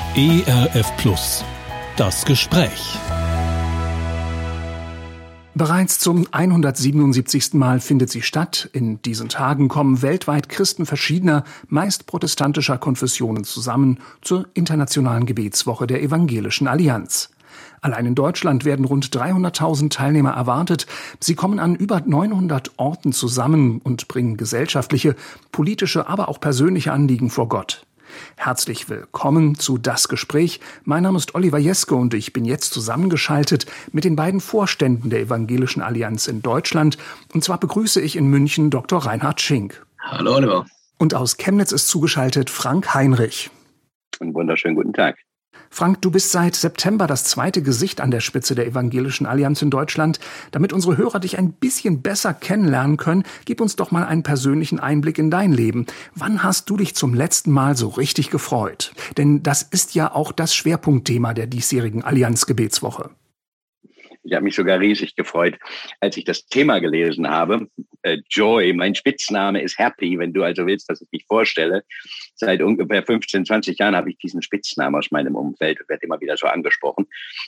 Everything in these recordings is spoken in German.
ERF Plus. Das Gespräch. Bereits zum 177. Mal findet sie statt. In diesen Tagen kommen weltweit Christen verschiedener, meist protestantischer Konfessionen zusammen zur internationalen Gebetswoche der Evangelischen Allianz. Allein in Deutschland werden rund 300.000 Teilnehmer erwartet. Sie kommen an über 900 Orten zusammen und bringen gesellschaftliche, politische, aber auch persönliche Anliegen vor Gott. Herzlich willkommen zu Das Gespräch. Mein Name ist Oliver Jeske und ich bin jetzt zusammengeschaltet mit den beiden Vorständen der Evangelischen Allianz in Deutschland. Und zwar begrüße ich in München Dr. Reinhard Schink. Hallo Oliver. Und aus Chemnitz ist zugeschaltet Frank Heinrich. Einen wunderschönen guten Tag. Frank, du bist seit September das zweite Gesicht an der Spitze der Evangelischen Allianz in Deutschland. Damit unsere Hörer dich ein bisschen besser kennenlernen können, gib uns doch mal einen persönlichen Einblick in dein Leben. Wann hast du dich zum letzten Mal so richtig gefreut? Denn das ist ja auch das Schwerpunktthema der diesjährigen Allianz-Gebetswoche. Ich habe mich sogar riesig gefreut, als ich das Thema gelesen habe. Joy, mein Spitzname ist Happy, wenn du also willst, dass ich mich vorstelle. Seit ungefähr 15, 20 Jahren habe ich diesen Spitznamen aus meinem Umfeld und werde immer wieder so angesprochen.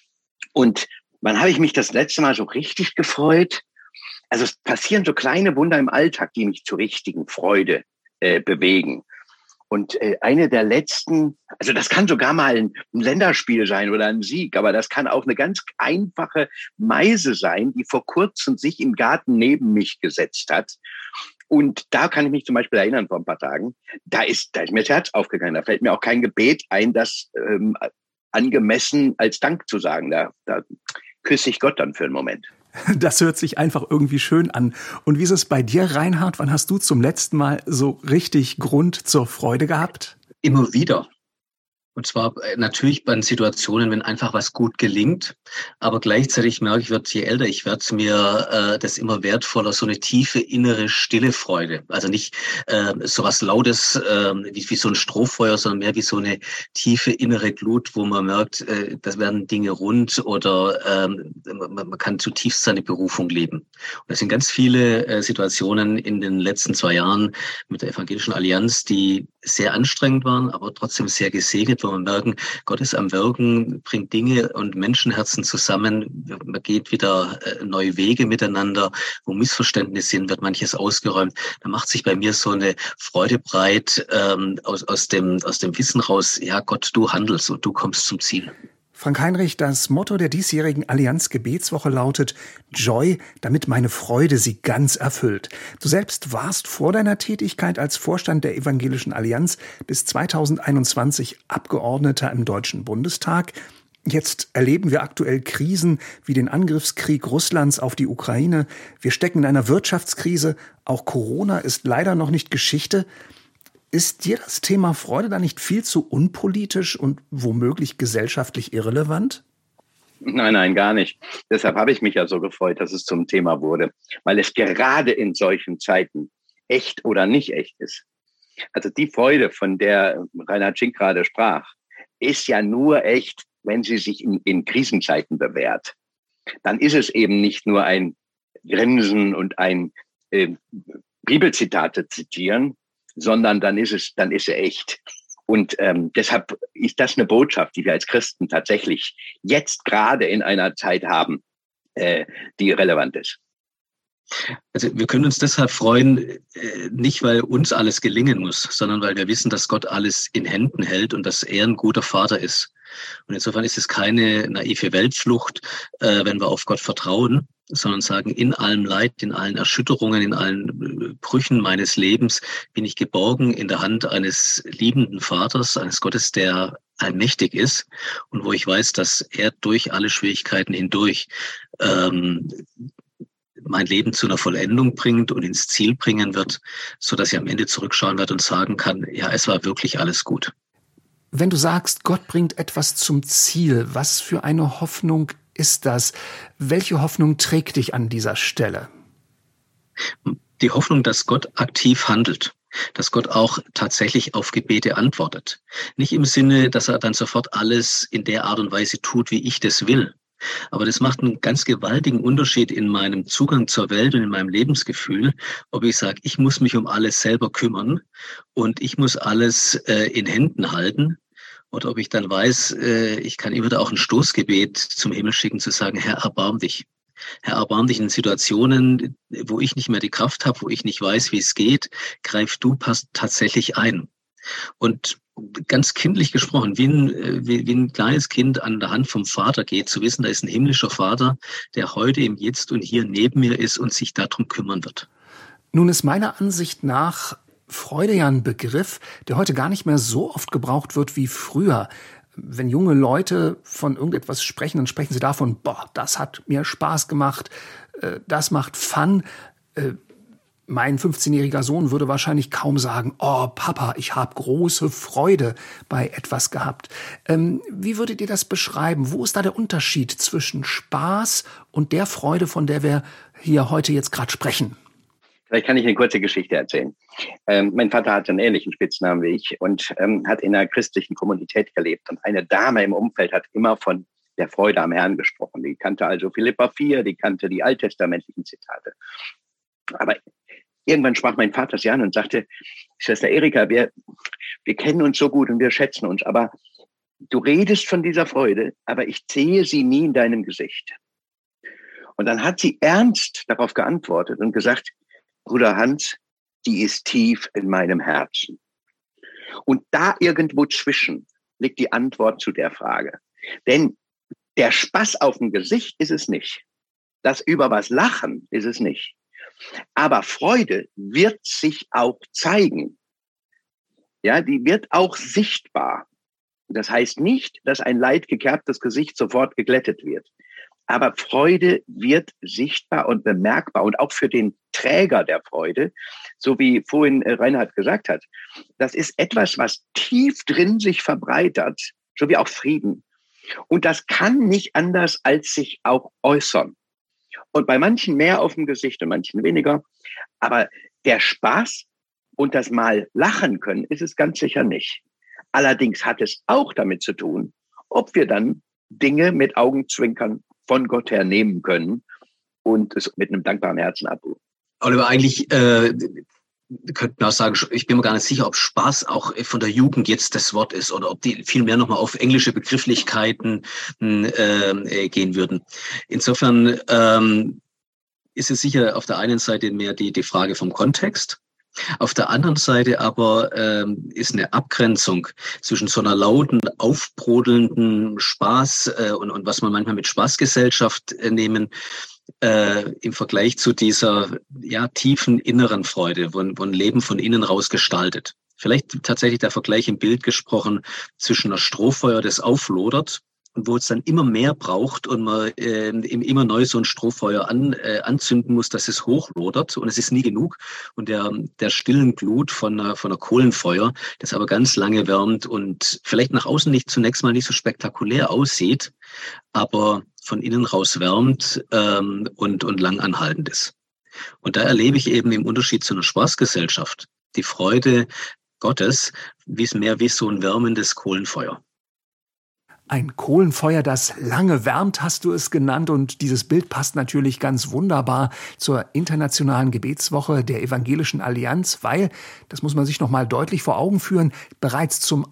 Und wann habe ich mich das letzte Mal so richtig gefreut? Also es passieren so kleine Wunder im Alltag, die mich zur richtigen Freude bewegen. Und eine der letzten, also das kann sogar mal ein Länderspiel sein oder ein Sieg, aber das kann auch eine ganz einfache Meise sein, die vor kurzem sich im Garten neben mich gesetzt hat. Und da kann ich mich zum Beispiel erinnern, vor ein paar Tagen, da ist mir das Herz aufgegangen. Da fällt mir auch kein Gebet ein, das angemessen als Dank zu sagen. Da küsse ich Gott dann für einen Moment. Das hört sich einfach irgendwie schön an. Und wie ist es bei dir, Reinhard? Wann hast du zum letzten Mal so richtig Grund zur Freude gehabt? Immer wieder. Und zwar natürlich bei Situationen, wenn einfach was gut gelingt. Aber gleichzeitig merke ich, je älter ich werde, mir das immer wertvoller, so eine tiefe innere stille Freude. Also nicht so was Lautes wie so ein Strohfeuer, sondern mehr wie so eine tiefe innere Glut, wo man merkt, das werden Dinge rund oder man kann zutiefst seine Berufung leben. Und das sind ganz viele Situationen in den letzten 2 Jahren mit der Evangelischen Allianz, die sehr anstrengend waren, aber trotzdem sehr gesegnet, wo man merken, Gott ist am Wirken, bringt Dinge und Menschenherzen zusammen, man geht wieder neue Wege miteinander, wo Missverständnisse sind, wird manches ausgeräumt. Da macht sich bei mir so eine Freude breit aus dem Wissen raus, ja Gott, du handelst und du kommst zum Ziel. Frank Heinrich, das Motto der diesjährigen Allianz-Gebetswoche lautet Joy, damit meine Freude sie ganz erfüllt. Du selbst warst vor deiner Tätigkeit als Vorstand der Evangelischen Allianz bis 2021 Abgeordneter im Deutschen Bundestag. Jetzt erleben wir aktuell Krisen wie den Angriffskrieg Russlands auf die Ukraine. Wir stecken in einer Wirtschaftskrise. Auch Corona ist leider noch nicht Geschichte. Ist dir das Thema Freude da nicht viel zu unpolitisch und womöglich gesellschaftlich irrelevant? Nein, gar nicht. Deshalb habe ich mich ja so gefreut, dass es zum Thema wurde, weil es gerade in solchen Zeiten echt oder nicht echt ist. Also die Freude, von der Reinhard Schink gerade sprach, ist ja nur echt, wenn sie sich in Krisenzeiten bewährt. Dann ist es eben nicht nur ein Grinsen und ein Bibelzitate zitieren, sondern dann ist sie echt. Und deshalb ist das eine Botschaft, die wir als Christen tatsächlich jetzt gerade in einer Zeit haben, die relevant ist. Also wir können uns deshalb freuen, nicht weil uns alles gelingen muss, sondern weil wir wissen, dass Gott alles in Händen hält und dass er ein guter Vater ist. Und insofern ist es keine naive Weltflucht, wenn wir auf Gott vertrauen, sondern sagen, in allem Leid, in allen Erschütterungen, in allen Brüchen meines Lebens bin ich geborgen in der Hand eines liebenden Vaters, eines Gottes, der allmächtig ist und wo ich weiß, dass er durch alle Schwierigkeiten hindurch mein Leben zu einer Vollendung bringt und ins Ziel bringen wird, so dass ich am Ende zurückschauen werde und sagen kann, ja, es war wirklich alles gut. Wenn du sagst, Gott bringt etwas zum Ziel, was für eine Hoffnung ist das? Welche Hoffnung trägt dich an dieser Stelle? Die Hoffnung, dass Gott aktiv handelt, dass Gott auch tatsächlich auf Gebete antwortet. Nicht im Sinne, dass er dann sofort alles in der Art und Weise tut, wie ich das will. Aber das macht einen ganz gewaltigen Unterschied in meinem Zugang zur Welt und in meinem Lebensgefühl, ob ich sage, ich muss mich um alles selber kümmern und ich muss alles in Händen halten Oder ob ich dann weiß, ich kann immer wieder auch ein Stoßgebet zum Himmel schicken, zu sagen, Herr, erbarm dich. Herr, erbarm dich in Situationen, wo ich nicht mehr die Kraft habe, wo ich nicht weiß, wie es geht. Greif du tatsächlich ein. Und ganz kindlich gesprochen, wie ein kleines Kind an der Hand vom Vater geht, zu wissen, da ist ein himmlischer Vater, der heute im Jetzt und hier neben mir ist und sich darum kümmern wird. Nun ist meiner Ansicht nach Freude ja ein Begriff, der heute gar nicht mehr so oft gebraucht wird wie früher. Wenn junge Leute von irgendetwas sprechen, dann sprechen sie davon, boah, das hat mir Spaß gemacht, das macht Fun. Mein 15-jähriger Sohn würde wahrscheinlich kaum sagen, oh Papa, ich habe große Freude bei etwas gehabt. Wie würdet ihr das beschreiben? Wo ist da der Unterschied zwischen Spaß und der Freude, von der wir hier heute jetzt gerade sprechen? Vielleicht kann ich eine kurze Geschichte erzählen. Mein Vater hatte einen ähnlichen Spitznamen wie ich und hat in einer christlichen Kommunität gelebt. Und eine Dame im Umfeld hat immer von der Freude am Herrn gesprochen. Die kannte also Philipper 4, die kannte die alttestamentlichen Zitate. Aber irgendwann sprach mein Vater sie an und sagte, Schwester Erika, wir kennen uns so gut und wir schätzen uns, aber du redest von dieser Freude, aber ich sehe sie nie in deinem Gesicht. Und dann hat sie ernst darauf geantwortet und gesagt, Bruder Hans, die ist tief in meinem Herzen. Und da irgendwo zwischen liegt die Antwort zu der Frage. Denn der Spaß auf dem Gesicht ist es nicht. Das über was Lachen ist es nicht. Aber Freude wird sich auch zeigen. Ja, die wird auch sichtbar. Das heißt nicht, dass ein leidgekerbtes Gesicht sofort geglättet wird. Aber Freude wird sichtbar und bemerkbar und auch für den Träger der Freude, so wie vorhin Reinhard gesagt hat, das ist etwas, was tief drin sich verbreitert, so wie auch Frieden. Und das kann nicht anders als sich auch äußern. Und bei manchen mehr auf dem Gesicht und manchen weniger. Aber der Spaß und das Mal lachen können, ist es ganz sicher nicht. Allerdings hat es auch damit zu tun, ob wir dann Dinge mit Augenzwinkern von Gott her nehmen können und es mit einem dankbaren Herzen abrufen. Oliver, eigentlich könnte man auch sagen, ich bin mir gar nicht sicher, ob Spaß auch von der Jugend jetzt das Wort ist oder ob die viel mehr nochmal auf englische Begrifflichkeiten gehen würden. Insofern ist es sicher auf der einen Seite mehr die Frage vom Kontext. Auf der anderen Seite aber ist eine Abgrenzung zwischen so einer lauten, aufbrodelnden Spaß und was man manchmal mit Spaßgesellschaft nehmen, im Vergleich zu dieser tiefen inneren Freude, wo ein Leben von innen raus gestaltet. Vielleicht tatsächlich der Vergleich im Bild gesprochen zwischen einer Strohfeuer, das auflodert und wo es dann immer mehr braucht und man immer neu so ein Strohfeuer anzünden muss, dass es hochlodert und es ist nie genug. Und der stillen Glut von einer Kohlenfeuer, das aber ganz lange wärmt und vielleicht nach außen zunächst mal nicht so spektakulär aussieht, aber von innen raus wärmt und lang anhaltend ist. Und da erlebe ich eben im Unterschied zu einer Spaßgesellschaft die Freude Gottes mehr wie so ein wärmendes Kohlenfeuer. Ein Kohlenfeuer, das lange wärmt, hast du es genannt. Und dieses Bild passt natürlich ganz wunderbar zur internationalen Gebetswoche der Evangelischen Allianz, weil, das muss man sich noch mal deutlich vor Augen führen, bereits zum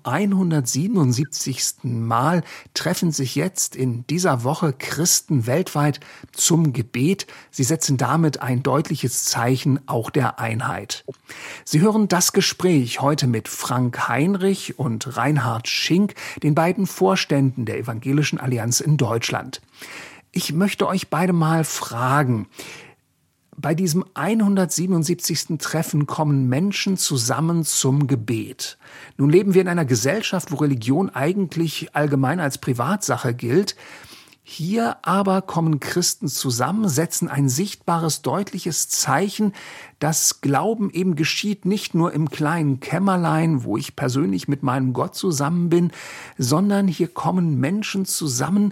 177. Mal treffen sich jetzt in dieser Woche Christen weltweit zum Gebet. Sie setzen damit ein deutliches Zeichen auch der Einheit. Sie hören das Gespräch heute mit Frank Heinrich und Reinhard Schink, den beiden Vorständen der Evangelischen Allianz in Deutschland. Ich möchte euch beide mal fragen, bei diesem 177. Treffen kommen Menschen zusammen zum Gebet. Nun leben wir in einer Gesellschaft, wo Religion eigentlich allgemein als Privatsache gilt. Hier aber kommen Christen zusammen, setzen ein sichtbares, deutliches Zeichen, dass Glauben eben geschieht nicht nur im kleinen Kämmerlein, wo ich persönlich mit meinem Gott zusammen bin, sondern hier kommen Menschen zusammen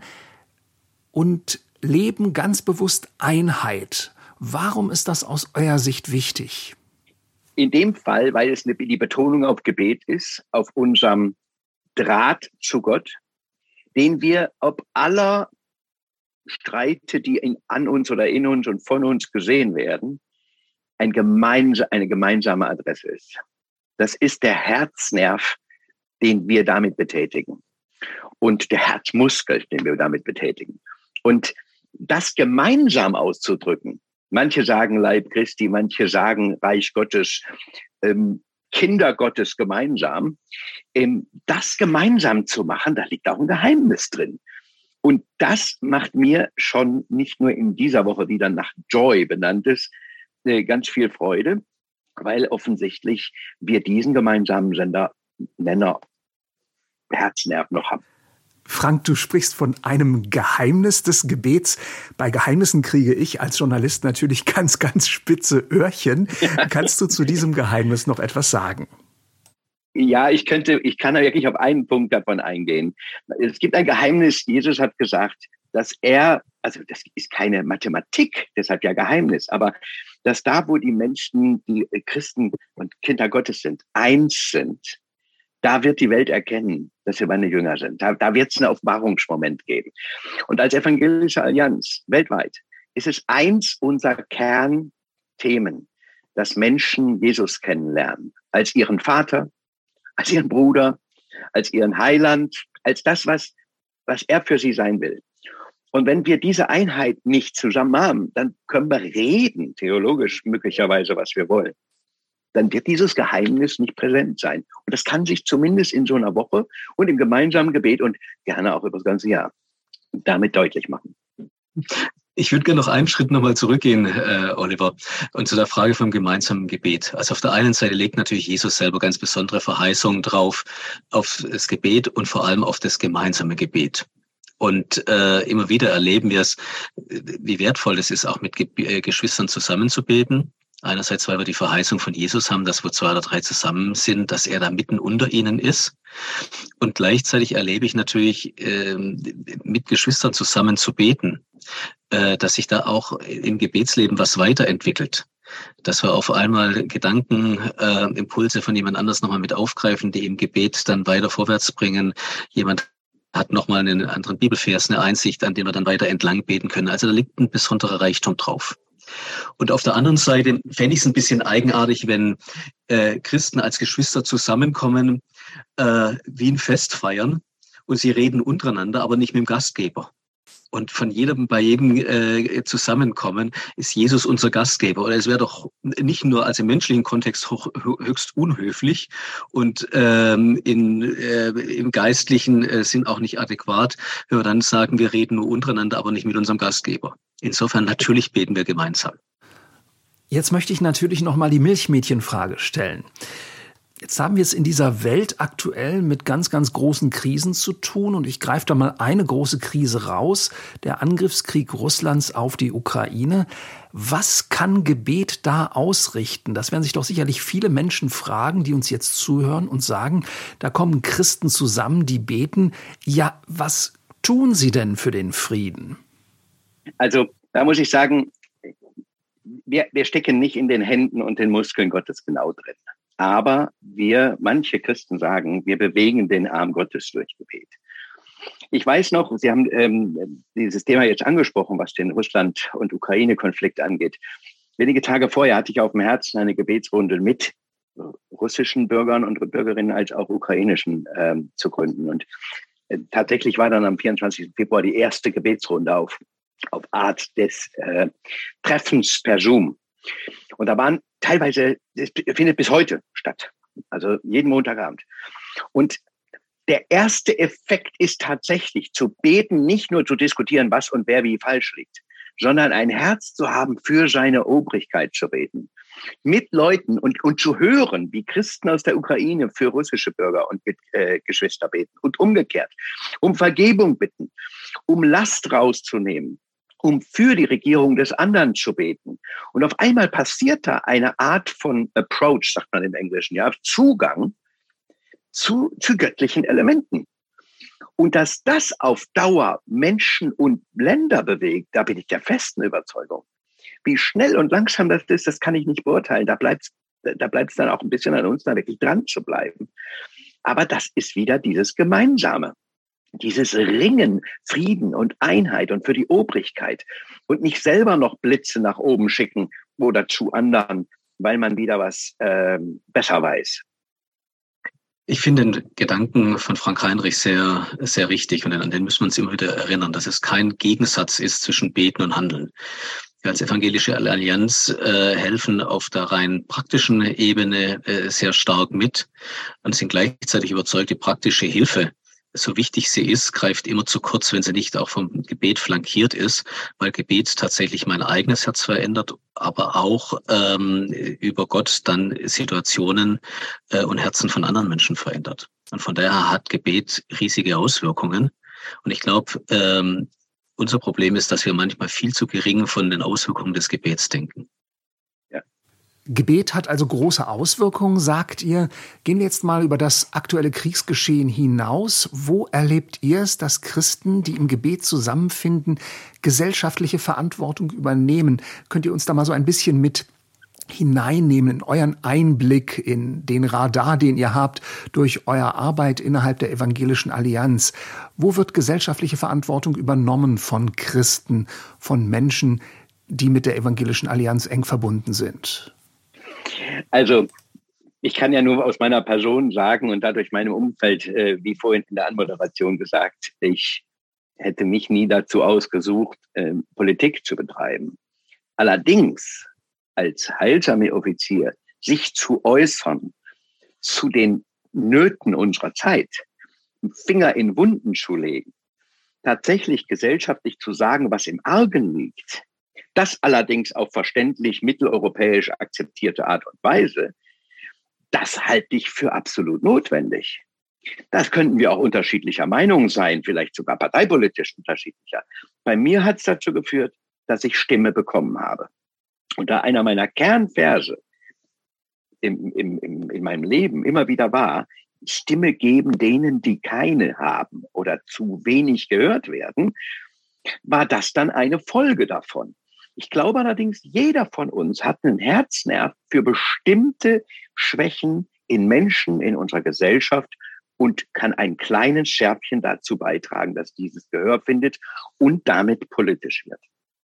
und leben ganz bewusst Einheit. Warum ist das aus eurer Sicht wichtig? In dem Fall, weil es die Betonung auf Gebet ist, auf unserem Draht zu Gott, den wir ob aller Streite, die an uns oder in uns und von uns gesehen werden, eine gemeinsame Adresse ist. Das ist der Herznerv den wir damit betätigen und der Herzmuskel, den wir damit betätigen. Und das gemeinsam auszudrücken, manche sagen Leib Christi, manche sagen Reich Gottes, Kinder Gottes gemeinsam, das gemeinsam zu machen, da liegt auch ein Geheimnis drin. Und das macht mir schon nicht nur in dieser Woche, die dann nach Joy benannt ist, ganz viel Freude, weil offensichtlich wir diesen gemeinsamen Nenner Herznerv noch haben. Frank, du sprichst von einem Geheimnis des Gebets. Bei Geheimnissen kriege ich als Journalist natürlich ganz, ganz spitze Öhrchen. Kannst du zu diesem Geheimnis noch etwas sagen? Ja, ich kann da wirklich auf einen Punkt davon eingehen. Es gibt ein Geheimnis. Jesus hat gesagt, dass also das ist keine Mathematik, deshalb ja Geheimnis, aber dass da, wo die Menschen, die Christen und Kinder Gottes sind, eins sind, da wird die Welt erkennen, dass wir meine Jünger sind. Da wird es einen Offenbarungsmoment geben. Und als evangelische Allianz weltweit ist es eins unserer Kernthemen, dass Menschen Jesus kennenlernen. Als ihren Vater, als ihren Bruder, als ihren Heiland, als das, was er für sie sein will. Und wenn wir diese Einheit nicht zusammen haben, dann können wir reden, theologisch möglicherweise, was wir wollen. Dann wird dieses Geheimnis nicht präsent sein. Und das kann sich zumindest in so einer Woche und im gemeinsamen Gebet und gerne auch über das ganze Jahr damit deutlich machen. Ich würde gerne noch einen Schritt nochmal zurückgehen, Oliver, und zu der Frage vom gemeinsamen Gebet. Also auf der einen Seite legt natürlich Jesus selber ganz besondere Verheißungen drauf, auf das Gebet und vor allem auf das gemeinsame Gebet. Und immer wieder erleben wir es, wie wertvoll es ist, auch mit Geschwistern zusammenzubeten. Einerseits, weil wir die Verheißung von Jesus haben, dass wo 2 oder 3 zusammen sind, dass er da mitten unter ihnen ist. Und gleichzeitig erlebe ich natürlich, mit Geschwistern zusammen zu beten, dass sich da auch im Gebetsleben was weiterentwickelt. Dass wir auf einmal Gedanken, Impulse von jemand anders nochmal mit aufgreifen, die im Gebet dann weiter vorwärts bringen. Jemand hat nochmal einen anderen Bibelvers, eine Einsicht, an dem wir dann weiter entlang beten können. Also da liegt ein besonderer Reichtum drauf. Und auf der anderen Seite fände ich es ein bisschen eigenartig, wenn Christen als Geschwister zusammenkommen, wie ein Fest feiern und sie reden untereinander, aber nicht mit dem Gastgeber. Und bei jedem Zusammenkommen ist Jesus unser Gastgeber. Oder es wäre doch nicht nur als im menschlichen Kontext höchst unhöflich und im geistlichen Sinn auch nicht adäquat, wenn wir dann sagen, wir reden nur untereinander, aber nicht mit unserem Gastgeber. Insofern natürlich beten wir gemeinsam. Jetzt möchte ich natürlich noch mal die Milchmädchenfrage stellen. Jetzt haben wir es in dieser Welt aktuell mit ganz, ganz großen Krisen zu tun. Und ich greife da mal eine große Krise raus, der Angriffskrieg Russlands auf die Ukraine. Was kann Gebet da ausrichten? Das werden sich doch sicherlich viele Menschen fragen, die uns jetzt zuhören und sagen, da kommen Christen zusammen, die beten. Ja, was tun sie denn für den Frieden? Also da muss ich sagen, wir stecken nicht in den Händen und den Muskeln Gottes genau drin. Aber manche Christen sagen, wir bewegen den Arm Gottes durch Gebet. Ich weiß noch, Sie haben dieses Thema jetzt angesprochen, was den Russland- und Ukraine-Konflikt angeht. Wenige Tage vorher hatte ich auf dem Herzen eine Gebetsrunde mit russischen Bürgern und Bürgerinnen als auch ukrainischen zu gründen. Und tatsächlich war dann am 24. Februar die erste Gebetsrunde auf Art des Treffens per Zoom. Und da waren teilweise, es findet bis heute statt, also jeden Montagabend. Und der erste Effekt ist tatsächlich zu beten, nicht nur zu diskutieren, was und wer wie falsch liegt, sondern ein Herz zu haben, für seine Obrigkeit zu beten. Mit Leuten und zu hören, wie Christen aus der Ukraine für russische Bürger und Geschwister beten und umgekehrt, um Vergebung bitten, um Last rauszunehmen, um für die Regierung des anderen zu beten. Und auf einmal passiert da eine Art von Approach, sagt man im Englischen, ja, Zugang zu göttlichen Elementen. Und dass das auf Dauer Menschen und Länder bewegt, da bin ich der festen Überzeugung. Wie schnell und langsam das ist, das kann ich nicht beurteilen. Da bleibt's dann auch ein bisschen an uns, da wirklich dran zu bleiben. Aber das ist wieder dieses Gemeinsame. Dieses Ringen, Frieden und Einheit und für die Obrigkeit und nicht selber noch Blitze nach oben schicken oder zu anderen, weil man wieder was besser weiß. Ich finde den Gedanken von Frank Heinrich sehr, sehr richtig und an den müssen wir uns immer wieder erinnern, dass es kein Gegensatz ist zwischen Beten und Handeln. Wir als Evangelische Allianz helfen auf der rein praktischen Ebene sehr stark mit und sind gleichzeitig überzeugt, die praktische Hilfe, so wichtig sie ist, greift immer zu kurz, wenn sie nicht auch vom Gebet flankiert ist, weil Gebet tatsächlich mein eigenes Herz verändert, aber auch über Gott dann Situationen und Herzen von anderen Menschen verändert. Und von daher hat Gebet riesige Auswirkungen. Und ich glaube, unser Problem ist, dass wir manchmal viel zu gering von den Auswirkungen des Gebets denken. Gebet hat also große Auswirkungen, sagt ihr. Gehen wir jetzt mal über das aktuelle Kriegsgeschehen hinaus. Wo erlebt ihr es, dass Christen, die im Gebet zusammenfinden, gesellschaftliche Verantwortung übernehmen? Könnt ihr uns da mal so ein bisschen mit hineinnehmen in euren Einblick in den Radar, den ihr habt durch eure Arbeit innerhalb der Evangelischen Allianz? Wo wird gesellschaftliche Verantwortung übernommen von Christen, von Menschen, die mit der Evangelischen Allianz eng verbunden sind? Also ich kann ja nur aus meiner Person sagen und dadurch meinem Umfeld, wie vorhin in der Anmoderation gesagt, ich hätte mich nie dazu ausgesucht, Politik zu betreiben. Allerdings als Heilsarmee-Offizier sich zu äußern zu den Nöten unserer Zeit, Finger in Wunden zu legen, tatsächlich gesellschaftlich zu sagen, was im Argen liegt, das allerdings auf verständlich mitteleuropäisch akzeptierte Art und Weise, das halte ich für absolut notwendig. Das könnten wir auch unterschiedlicher Meinung sein, vielleicht sogar parteipolitisch unterschiedlicher. Bei mir hat es dazu geführt, dass ich Stimme bekommen habe. Und da einer meiner Kernverse in meinem Leben immer wieder war, Stimme geben denen, die keine haben oder zu wenig gehört werden, war das dann eine Folge davon. Ich glaube allerdings, jeder von uns hat einen Herznerv für bestimmte Schwächen in Menschen in unserer Gesellschaft und kann ein kleines Scherbchen dazu beitragen, dass dieses Gehör findet und damit politisch wird.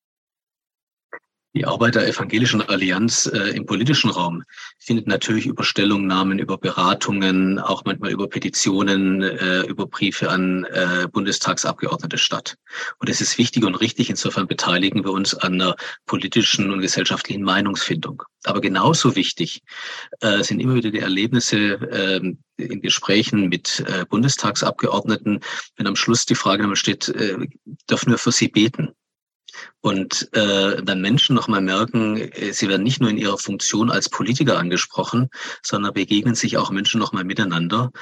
Die Arbeit der Evangelischen Allianz im politischen Raum findet natürlich über Stellungnahmen, über Beratungen, auch manchmal über Petitionen, über Briefe an Bundestagsabgeordnete statt. Und es ist wichtig und richtig, insofern beteiligen wir uns an einer politischen und gesellschaftlichen Meinungsfindung. Aber genauso wichtig sind immer wieder die Erlebnisse in Gesprächen mit Bundestagsabgeordneten, wenn am Schluss die Frage nochmal steht, dürfen wir für sie beten? Und dann Menschen nochmal merken, sie werden nicht nur in ihrer Funktion als Politiker angesprochen, sondern begegnen sich auch Menschen nochmal miteinander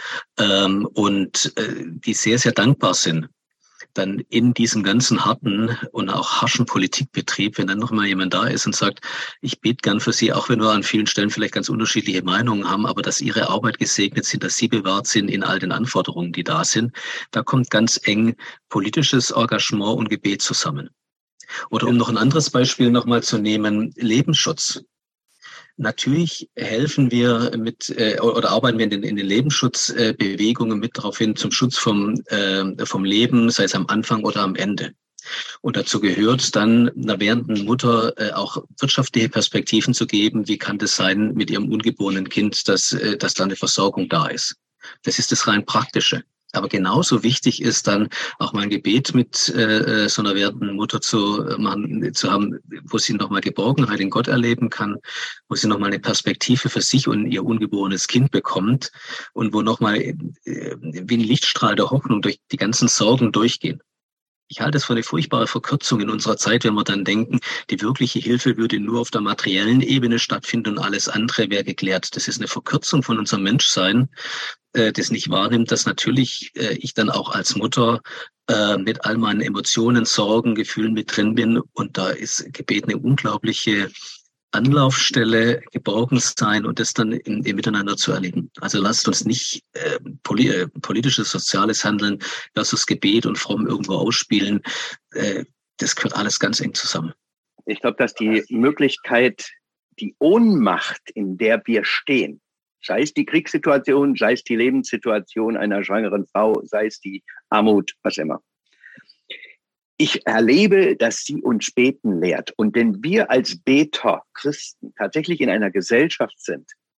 die sehr, sehr dankbar sind. Dann in diesem ganzen harten und auch harschen Politikbetrieb, wenn dann nochmal jemand da ist und sagt, ich bete gern für Sie, auch wenn wir an vielen Stellen vielleicht ganz unterschiedliche Meinungen haben, aber dass Ihre Arbeit gesegnet sind, dass Sie bewahrt sind in all den Anforderungen, die da sind, da kommt ganz eng politisches Engagement und Gebet zusammen. Oder um noch ein anderes Beispiel nochmal zu nehmen, Lebensschutz. Natürlich helfen wir oder arbeiten wir in den Lebensschutzbewegungen mit darauf hin zum Schutz vom Leben, sei es am Anfang oder am Ende. Und dazu gehört dann einer werdenden Mutter auch wirtschaftliche Perspektiven zu geben. Wie kann das sein mit ihrem ungeborenen Kind, dass da eine Versorgung da ist? Das ist das rein Praktische. Aber genauso wichtig ist dann auch mal ein Gebet mit so einer werdenden Mutter zu haben, wo sie nochmal Geborgenheit in Gott erleben kann, wo sie nochmal eine Perspektive für sich und ihr ungeborenes Kind bekommt und wo nochmal wie ein Lichtstrahl der Hoffnung durch die ganzen Sorgen durchgehen. Ich halte es für eine furchtbare Verkürzung in unserer Zeit, wenn wir dann denken, die wirkliche Hilfe würde nur auf der materiellen Ebene stattfinden und alles andere wäre geklärt. Das ist eine Verkürzung von unserem Menschsein, das nicht wahrnimmt, dass natürlich ich dann auch als Mutter mit all meinen Emotionen, Sorgen, Gefühlen mit drin bin. Und da ist Gebet eine unglaubliche Anlaufstelle, geborgen sein und das dann im Miteinander zu erleben. Also lasst uns nicht politisches, soziales Handeln versus Gebet und fromm irgendwo ausspielen. Das gehört alles ganz eng zusammen. Ich glaube, dass die Möglichkeit, die Ohnmacht, in der wir stehen, sei es die Kriegssituation, sei es die Lebenssituation einer schwangeren Frau, sei es die Armut, was immer. Ich erlebe, dass sie uns beten lehrt. Und wenn wir als Beter Christen tatsächlich in einer Gesellschaft sind, die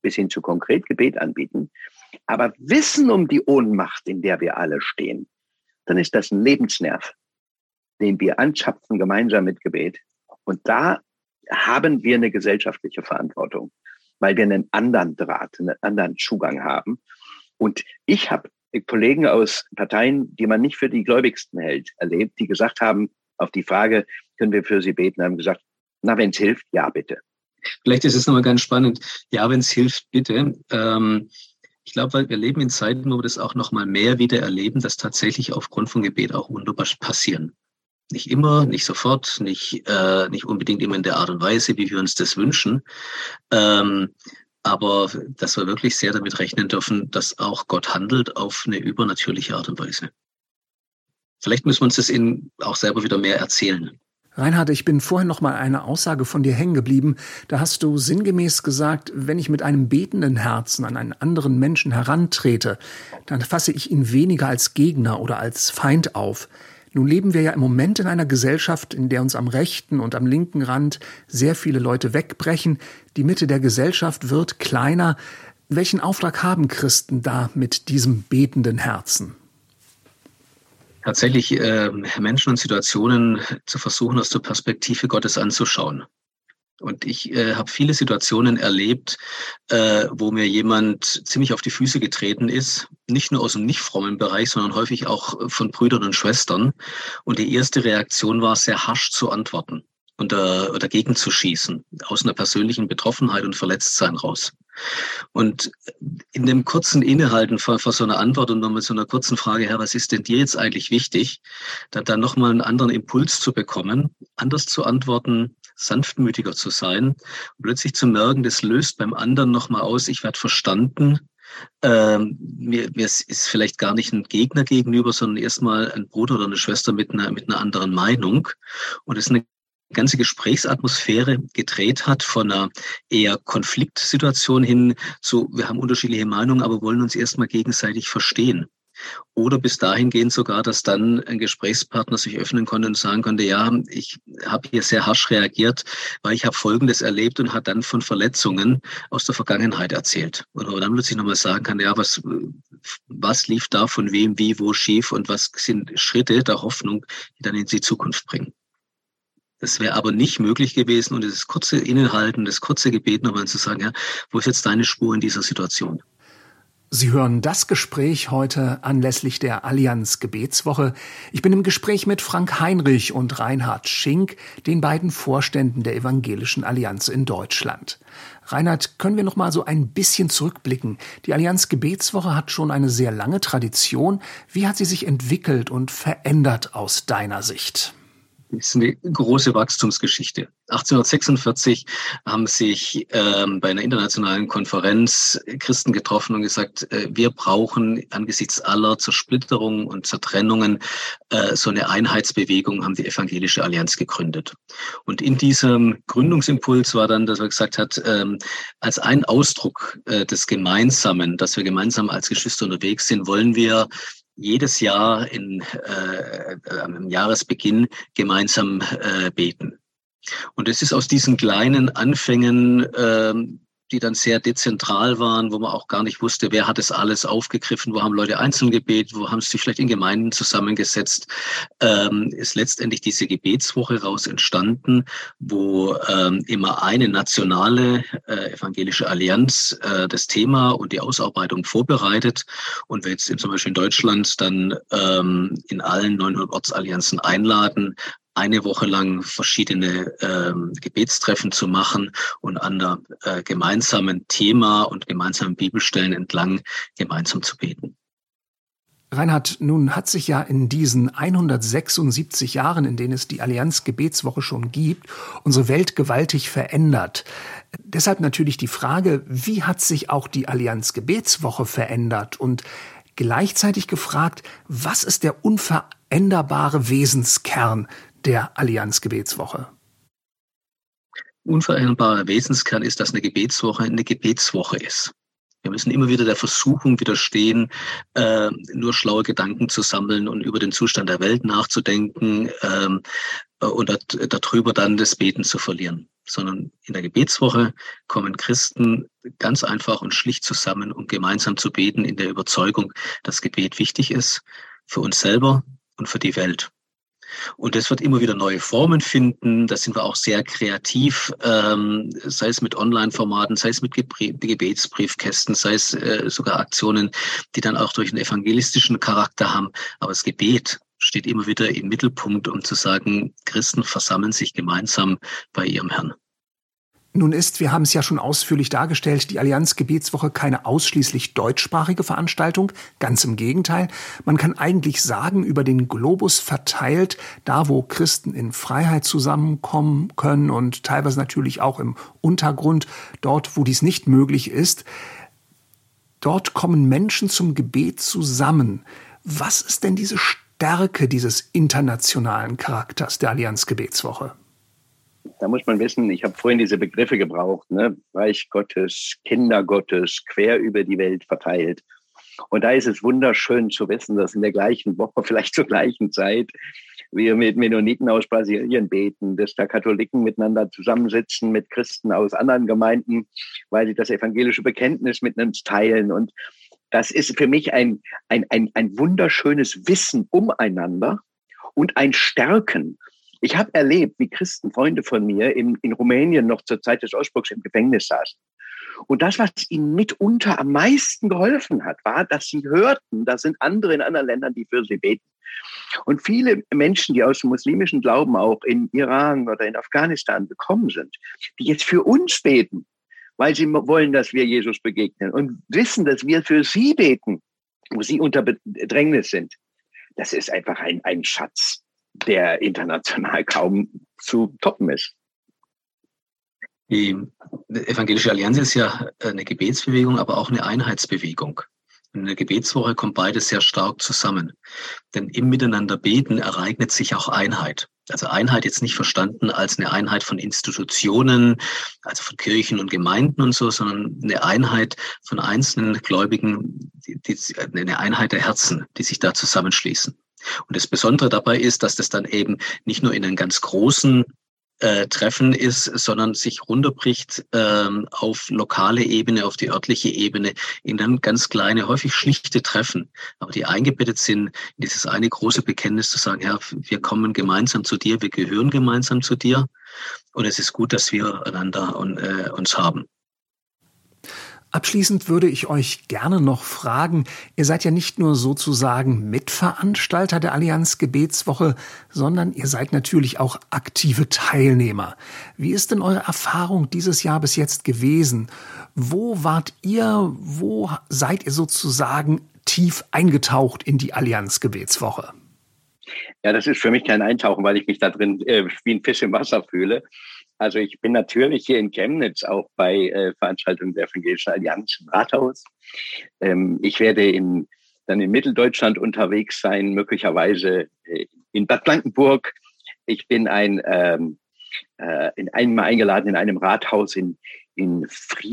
bis hin zu konkret Gebet anbieten, aber wissen um die Ohnmacht, in der wir alle stehen, dann ist das ein Lebensnerv, den wir anzapfen gemeinsam mit Gebet. Und da haben wir eine gesellschaftliche Verantwortung, weil wir einen anderen Draht, einen anderen Zugang haben. Und ich habe Kollegen aus Parteien, die man nicht für die Gläubigsten hält, erlebt, die gesagt haben, auf die Frage, können wir für sie beten, haben gesagt, na, wenn es hilft, ja, bitte. Vielleicht ist es nochmal ganz spannend. Ja, wenn es hilft, bitte. Ich glaube, wir leben in Zeiten, wo wir das auch nochmal mehr wieder erleben, dass tatsächlich aufgrund von Gebet auch Wunder passieren. Nicht immer, nicht sofort, nicht unbedingt immer in der Art und Weise, wie wir uns das wünschen. Aber dass wir wirklich sehr damit rechnen dürfen, dass auch Gott handelt auf eine übernatürliche Art und Weise. Vielleicht müssen wir uns das auch selber wieder mehr erzählen. Reinhard, ich bin vorhin noch mal eine Aussage von dir hängen geblieben. Da hast du sinngemäß gesagt, wenn ich mit einem betenden Herzen an einen anderen Menschen herantrete, dann fasse ich ihn weniger als Gegner oder als Feind auf. Nun leben wir ja im Moment in einer Gesellschaft, in der uns am rechten und am linken Rand sehr viele Leute wegbrechen. Die Mitte der Gesellschaft wird kleiner. Welchen Auftrag haben Christen da mit diesem betenden Herzen? Tatsächlich Menschen und Situationen zu versuchen, aus der Perspektive Gottes anzuschauen. Und ich habe viele Situationen erlebt, wo mir jemand ziemlich auf die Füße getreten ist, nicht nur aus dem nicht frommen Bereich, sondern häufig auch von Brüdern und Schwestern. Und die erste Reaktion war, sehr harsch zu antworten und dagegen zu schießen, aus einer persönlichen Betroffenheit und Verletztsein raus. Und in dem kurzen Innehalten vor so einer Antwort und noch mit so einer kurzen Frage, Herr, was ist denn dir jetzt eigentlich wichtig, dann nochmal einen anderen Impuls zu bekommen, anders zu antworten, sanftmütiger zu sein und plötzlich zu merken, das löst beim anderen nochmal aus, ich werde verstanden. Mir ist vielleicht gar nicht ein Gegner gegenüber, sondern erstmal ein Bruder oder eine Schwester mit einer anderen Meinung. Und es ist eine ganze Gesprächsatmosphäre gedreht hat von einer eher Konfliktsituation hin zu, wir haben unterschiedliche Meinungen, aber wollen uns erstmal gegenseitig verstehen. Oder bis dahin gehen sogar, dass dann ein Gesprächspartner sich öffnen konnte und sagen konnte, ja, ich habe hier sehr harsch reagiert, weil ich habe Folgendes erlebt und hat dann von Verletzungen aus der Vergangenheit erzählt. Oder dann plötzlich nochmal sagen kann, ja, was lief da von wem, wie, wo schief und was sind Schritte der Hoffnung, die dann in die Zukunft bringen. Das wäre aber nicht möglich gewesen und das kurze Innehalten, das kurze Gebet nochmal zu sagen, ja, wo ist jetzt deine Spur in dieser Situation? Sie hören das Gespräch heute anlässlich der Allianz Gebetswoche. Ich bin im Gespräch mit Frank Heinrich und Reinhard Schink, den beiden Vorständen der Evangelischen Allianz in Deutschland. Reinhard, können wir noch mal so ein bisschen zurückblicken? Die Allianz Gebetswoche hat schon eine sehr lange Tradition. Wie hat sie sich entwickelt und verändert aus deiner Sicht? Das ist eine große Wachstumsgeschichte. 1846 haben sich bei einer internationalen Konferenz Christen getroffen und gesagt, wir brauchen angesichts aller Zersplitterungen und Zertrennungen so eine Einheitsbewegung, haben die Evangelische Allianz gegründet. Und in diesem Gründungsimpuls war dann, dass er gesagt hat, als ein Ausdruck des Gemeinsamen, dass wir gemeinsam als Geschwister unterwegs sind, wollen wir jedes Jahr am Jahresbeginn gemeinsam beten. Und es ist aus diesen kleinen Anfängen, die dann sehr dezentral waren, wo man auch gar nicht wusste, wer hat es alles aufgegriffen, wo haben Leute einzeln gebetet, wo haben sie sich vielleicht in Gemeinden zusammengesetzt, ist letztendlich diese Gebetswoche raus entstanden, wo immer eine nationale evangelische Allianz das Thema und die Ausarbeitung vorbereitet und wir jetzt zum Beispiel in Deutschland dann in allen 900 Ortsallianzen einladen, eine Woche lang verschiedene Gebetstreffen zu machen und an der gemeinsamen Thema und gemeinsamen Bibelstellen entlang gemeinsam zu beten. Reinhard, nun hat sich ja in diesen 176 Jahren, in denen es die Allianz Gebetswoche schon gibt, unsere Welt gewaltig verändert. Deshalb natürlich die Frage, wie hat sich auch die Allianz Gebetswoche verändert? Und gleichzeitig gefragt, was ist der unveränderbare Wesenskern der Allianz Gebetswoche? Unveränderbarer Wesenskern ist, dass eine Gebetswoche ist. Wir müssen immer wieder der Versuchung widerstehen, nur schlaue Gedanken zu sammeln und über den Zustand der Welt nachzudenken und darüber dann das Beten zu verlieren. Sondern in der Gebetswoche kommen Christen ganz einfach und schlicht zusammen, um gemeinsam zu beten, in der Überzeugung, dass Gebet wichtig ist für uns selber und für die Welt. Und das wird immer wieder neue Formen finden. Da sind wir auch sehr kreativ, sei es mit Online-Formaten, sei es mit Gebetsbriefkästen, sei es sogar Aktionen, die dann auch durch einen evangelistischen Charakter haben. Aber das Gebet steht immer wieder im Mittelpunkt, um zu sagen, Christen versammeln sich gemeinsam bei ihrem Herrn. Nun ist, wir haben es ja schon ausführlich dargestellt, die Allianz Gebetswoche keine ausschließlich deutschsprachige Veranstaltung. Ganz im Gegenteil. Man kann eigentlich sagen, über den Globus verteilt, da wo Christen in Freiheit zusammenkommen können und teilweise natürlich auch im Untergrund, dort wo dies nicht möglich ist, dort kommen Menschen zum Gebet zusammen. Was ist denn diese Stärke dieses internationalen Charakters der Allianz Gebetswoche? Da muss man wissen, ich habe vorhin diese Begriffe gebraucht, ne? Reich Gottes, Kinder Gottes, quer über die Welt verteilt. Und da ist es wunderschön zu wissen, dass in der gleichen Woche, vielleicht zur gleichen Zeit, wir mit Mennoniten aus Brasilien beten, dass da Katholiken miteinander zusammensitzen mit Christen aus anderen Gemeinden, weil sie das evangelische Bekenntnis mit uns teilen. Und das ist für mich ein wunderschönes Wissen umeinander und ein Stärken. Ich habe erlebt, wie Christen, Freunde von mir, in Rumänien noch zur Zeit des Ausbruchs im Gefängnis saßen. Und das, was ihnen mitunter am meisten geholfen hat, war, dass sie hörten, da sind andere in anderen Ländern, die für sie beten. Und viele Menschen, die aus dem muslimischen Glauben auch in Iran oder in Afghanistan gekommen sind, die jetzt für uns beten, weil sie wollen, dass wir Jesus begegnen und wissen, dass wir für sie beten, wo sie unter Bedrängnis sind. Das ist einfach ein Schatz, der international kaum zu toppen ist. Die Evangelische Allianz ist ja eine Gebetsbewegung, aber auch eine Einheitsbewegung. In der Gebetswoche kommt beides sehr stark zusammen. Denn im Miteinander beten ereignet sich auch Einheit. Also Einheit jetzt nicht verstanden als eine Einheit von Institutionen, also von Kirchen und Gemeinden und so, sondern eine Einheit von einzelnen Gläubigen, eine Einheit der Herzen, die sich da zusammenschließen. Und das Besondere dabei ist, dass das dann eben nicht nur in einen ganz großen Treffen ist, sondern sich runterbricht auf lokale Ebene, auf die örtliche Ebene, in dann ganz kleine, häufig schlichte Treffen, aber die eingebettet sind in dieses eine große Bekenntnis zu sagen, Herr, wir kommen gemeinsam zu dir, wir gehören gemeinsam zu dir und es ist gut, dass wir einander uns haben. Abschließend würde ich euch gerne noch fragen, ihr seid ja nicht nur sozusagen Mitveranstalter der Allianz Gebetswoche, sondern ihr seid natürlich auch aktive Teilnehmer. Wie ist denn eure Erfahrung dieses Jahr bis jetzt gewesen? Wo wart ihr, wo seid ihr sozusagen tief eingetaucht in die Allianz Gebetswoche? Ja, das ist für mich kein Eintauchen, weil ich mich da drin wie ein Fisch im Wasser fühle. Also ich bin natürlich hier in Chemnitz auch bei Veranstaltungen der Evangelischen Allianz im Rathaus. Ich werde dann in Mitteldeutschland unterwegs sein, möglicherweise in Bad Blankenburg. Ich bin einmal eingeladen in einem Rathaus in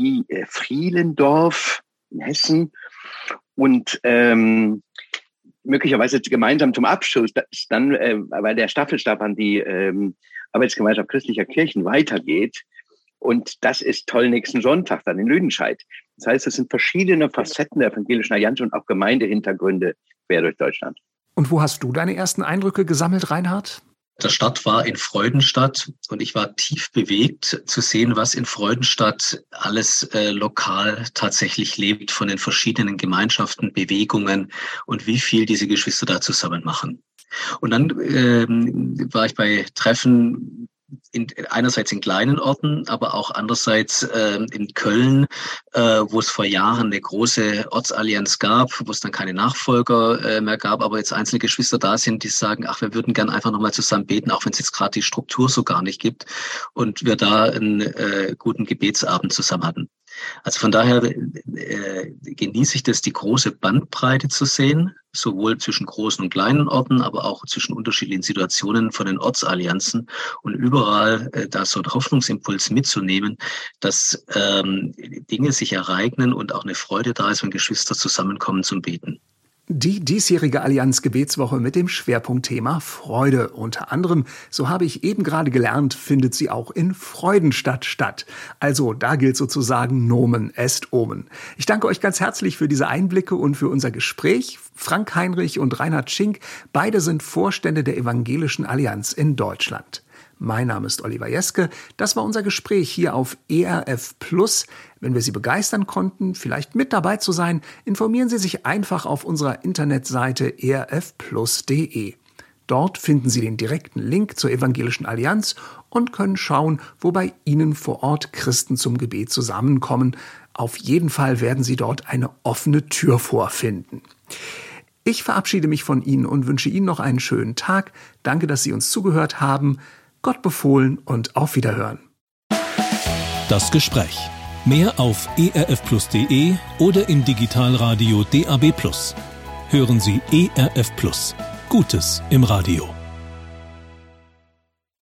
Frielendorf in Hessen und möglicherweise gemeinsam zum Abschluss dann, weil der Staffelstab an die Arbeitsgemeinschaft christlicher Kirchen weitergeht. Und das ist toll nächsten Sonntag dann in Lüdenscheid. Das heißt, es sind verschiedene Facetten der Evangelischen Allianz und auch Gemeindehintergründe quer durch Deutschland. Und wo hast du deine ersten Eindrücke gesammelt, Reinhard? Der Start war in Freudenstadt und ich war tief bewegt zu sehen, was in Freudenstadt alles lokal tatsächlich lebt von den verschiedenen Gemeinschaften, Bewegungen und wie viel diese Geschwister da zusammen machen. Und dann war ich bei Treffen einerseits in kleinen Orten, aber auch andererseits in Köln, wo es vor Jahren eine große Ortsallianz gab, wo es dann keine Nachfolger mehr gab, aber jetzt einzelne Geschwister da sind, die sagen, ach, wir würden gern einfach nochmal zusammen beten, auch wenn es jetzt gerade die Struktur so gar nicht gibt und wir da einen guten Gebetsabend zusammen hatten. Also von daher genieße ich das, die große Bandbreite zu sehen, sowohl zwischen großen und kleinen Orten, aber auch zwischen unterschiedlichen Situationen von den Ortsallianzen und überall da so einen Hoffnungsimpuls mitzunehmen, dass Dinge sich ereignen und auch eine Freude da ist, wenn Geschwister zusammenkommen zum Beten. Die diesjährige Allianz-Gebetswoche mit dem Schwerpunktthema Freude. Unter anderem, so habe ich eben gerade gelernt, findet sie auch in Freudenstadt statt. Also da gilt sozusagen Nomen est Omen. Ich danke euch ganz herzlich für diese Einblicke und für unser Gespräch. Frank Heinrich und Reinhard Schink, beide sind Vorstände der Evangelischen Allianz in Deutschland. Mein Name ist Oliver Jeske. Das war unser Gespräch hier auf ERF Plus. Wenn wir Sie begeistern konnten, vielleicht mit dabei zu sein, informieren Sie sich einfach auf unserer Internetseite erfplus.de. Dort finden Sie den direkten Link zur Evangelischen Allianz und können schauen, wo bei Ihnen vor Ort Christen zum Gebet zusammenkommen. Auf jeden Fall werden Sie dort eine offene Tür vorfinden. Ich verabschiede mich von Ihnen und wünsche Ihnen noch einen schönen Tag. Danke, dass Sie uns zugehört haben. Gott befohlen und auf Wiederhören. Das Gespräch. Mehr auf erfplus.de oder im Digitalradio DAB+. Hören Sie ERF Plus. Gutes im Radio.